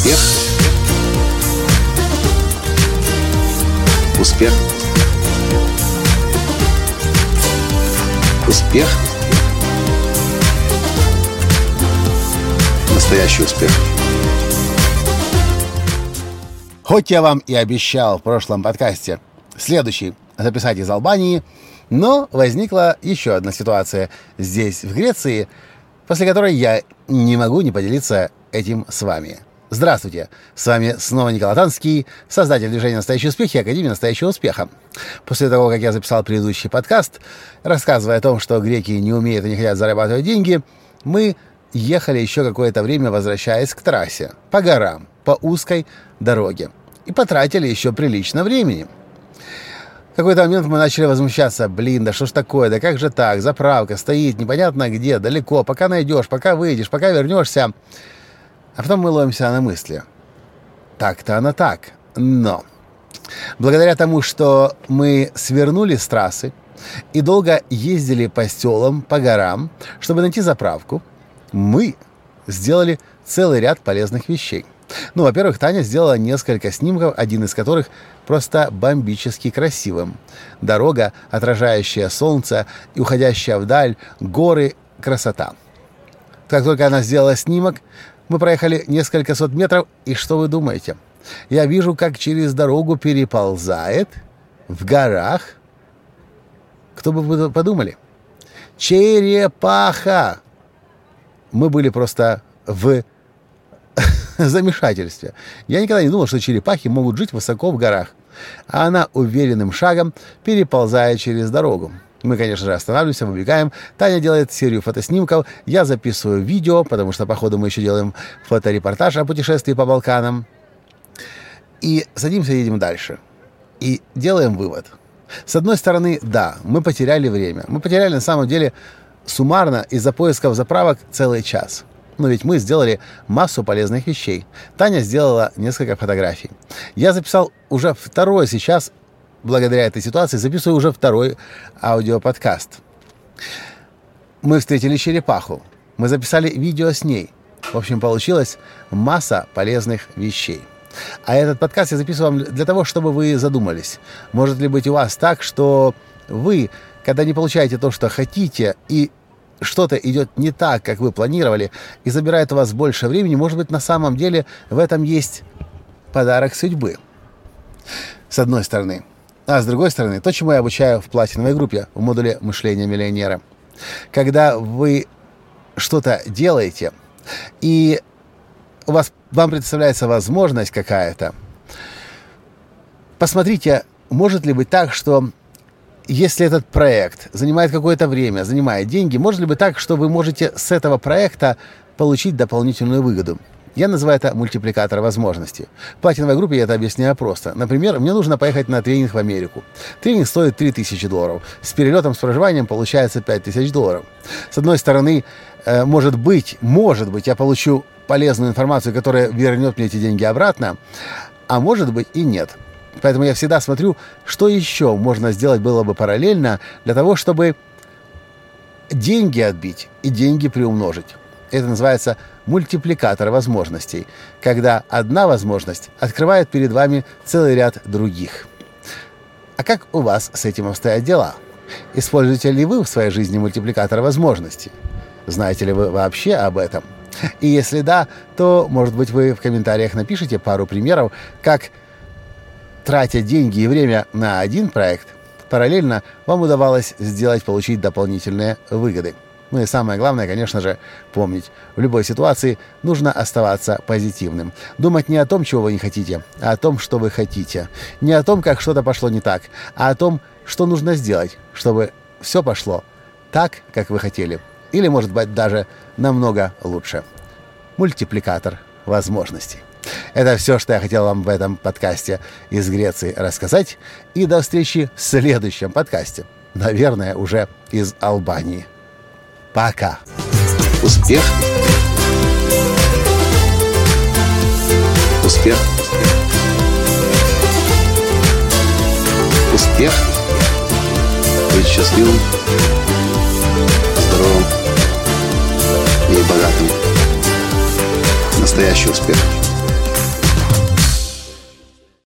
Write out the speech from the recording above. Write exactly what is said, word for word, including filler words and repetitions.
Успех. Успех. Успех. Настоящий успех. Хоть я вам и обещал в прошлом подкасте следующий записать из Албании, но возникла еще одна ситуация здесь, в Греции, после которой я не могу не поделиться этим с вами. Здравствуйте! С вами снова Николай Танский, создатель движения «Настоящий успех» и Академии «Настоящего успеха». После того, как я записал предыдущий подкаст, рассказывая о том, что греки не умеют и не хотят зарабатывать деньги, мы ехали еще какое-то время, возвращаясь к трассе, по горам, по узкой дороге, и потратили еще прилично времени. В какой-то момент мы начали возмущаться. Блин, да что ж такое, да как же так, заправка стоит непонятно где, далеко, пока найдешь, пока выйдешь, пока вернешься. А потом мы ловимся на мысли. Так-то оно так, но благодаря тому, что мы свернули с трассы и долго ездили по селам, по горам, чтобы найти заправку, мы сделали целый ряд полезных вещей. Ну, во-первых, Таня сделала несколько снимков, один из которых просто бомбически красивым. Дорога, отражающая солнце и уходящая вдаль, горы, красота. Как только она сделала снимок, мы проехали несколько сот метров, и что вы думаете? Я вижу, как через дорогу переползает в горах. Кто бы вы подумали? Черепаха! Мы были просто в замешательстве. Я никогда не думал, что черепахи могут жить высоко в горах. А она уверенным шагом переползает через дорогу. Мы, конечно же, останавливаемся, выбегаем. Таня делает серию фотоснимков. Я записываю видео, потому что, походу, мы еще делаем фоторепортаж о путешествии по Балканам. И садимся и едем дальше. И делаем вывод. С одной стороны, да, мы потеряли время. Мы потеряли, на самом деле, суммарно из-за поисков заправок целый час. Но ведь мы сделали массу полезных вещей. Таня сделала несколько фотографий. Я записал уже второй сейчас, благодаря этой ситуации, записываю уже второй аудиоподкаст. Мы встретили черепаху. Мы записали видео с ней. В общем, получилась масса полезных вещей. А этот подкаст я записываю вам для того, чтобы вы задумались. Может ли быть у вас так, что вы, когда не получаете то, что хотите, и что-то идет не так, как вы планировали, и забирает у вас больше времени, может быть, на самом деле в этом есть подарок судьбы. С одной стороны. А с другой стороны, то, чему я обучаю в платиновой группе, в модуле «Мышление миллионера». Когда вы что-то делаете, и у вас, вам представляется возможность какая-то, посмотрите, может ли быть так, что если этот проект занимает какое-то время, занимает деньги, может ли быть так, что вы можете с этого проекта получить дополнительную выгоду? Я называю это мультипликатор возможностей. В платиновой группе я это объясняю просто. Например, мне нужно поехать на тренинг в Америку. Тренинг стоит три тысячи долларов. С перелетом, с проживанием получается пять тысяч долларов. С одной стороны, э, может быть, может быть, я получу полезную информацию, которая вернет мне эти деньги обратно, а может быть и нет. Поэтому я всегда смотрю, что еще можно сделать было бы параллельно для того, чтобы деньги отбить и деньги приумножить. Это называется мультипликатор возможностей, когда одна возможность открывает перед вами целый ряд других. А как у вас с этим обстоят дела? Используете ли вы в своей жизни мультипликатор возможностей? Знаете ли вы вообще об этом? И если да, то, может быть, вы в комментариях напишите пару примеров, как, тратя деньги и время на один проект, параллельно вам удавалось сделать, получить дополнительные выгоды. Ну и самое главное, конечно же, помнить, в любой ситуации нужно оставаться позитивным. Думать не о том, чего вы не хотите, а о том, что вы хотите. Не о том, как что-то пошло не так, а о том, что нужно сделать, чтобы все пошло так, как вы хотели. Или, может быть, даже намного лучше. Мультипликатор возможностей. Это все, что я хотел вам в этом подкасте из Греции рассказать. И до встречи в следующем подкасте. Наверное, уже из Албании. Пока. Успех. Успех. Успех. Быть счастливым, здоровым и богатым. Настоящий успех.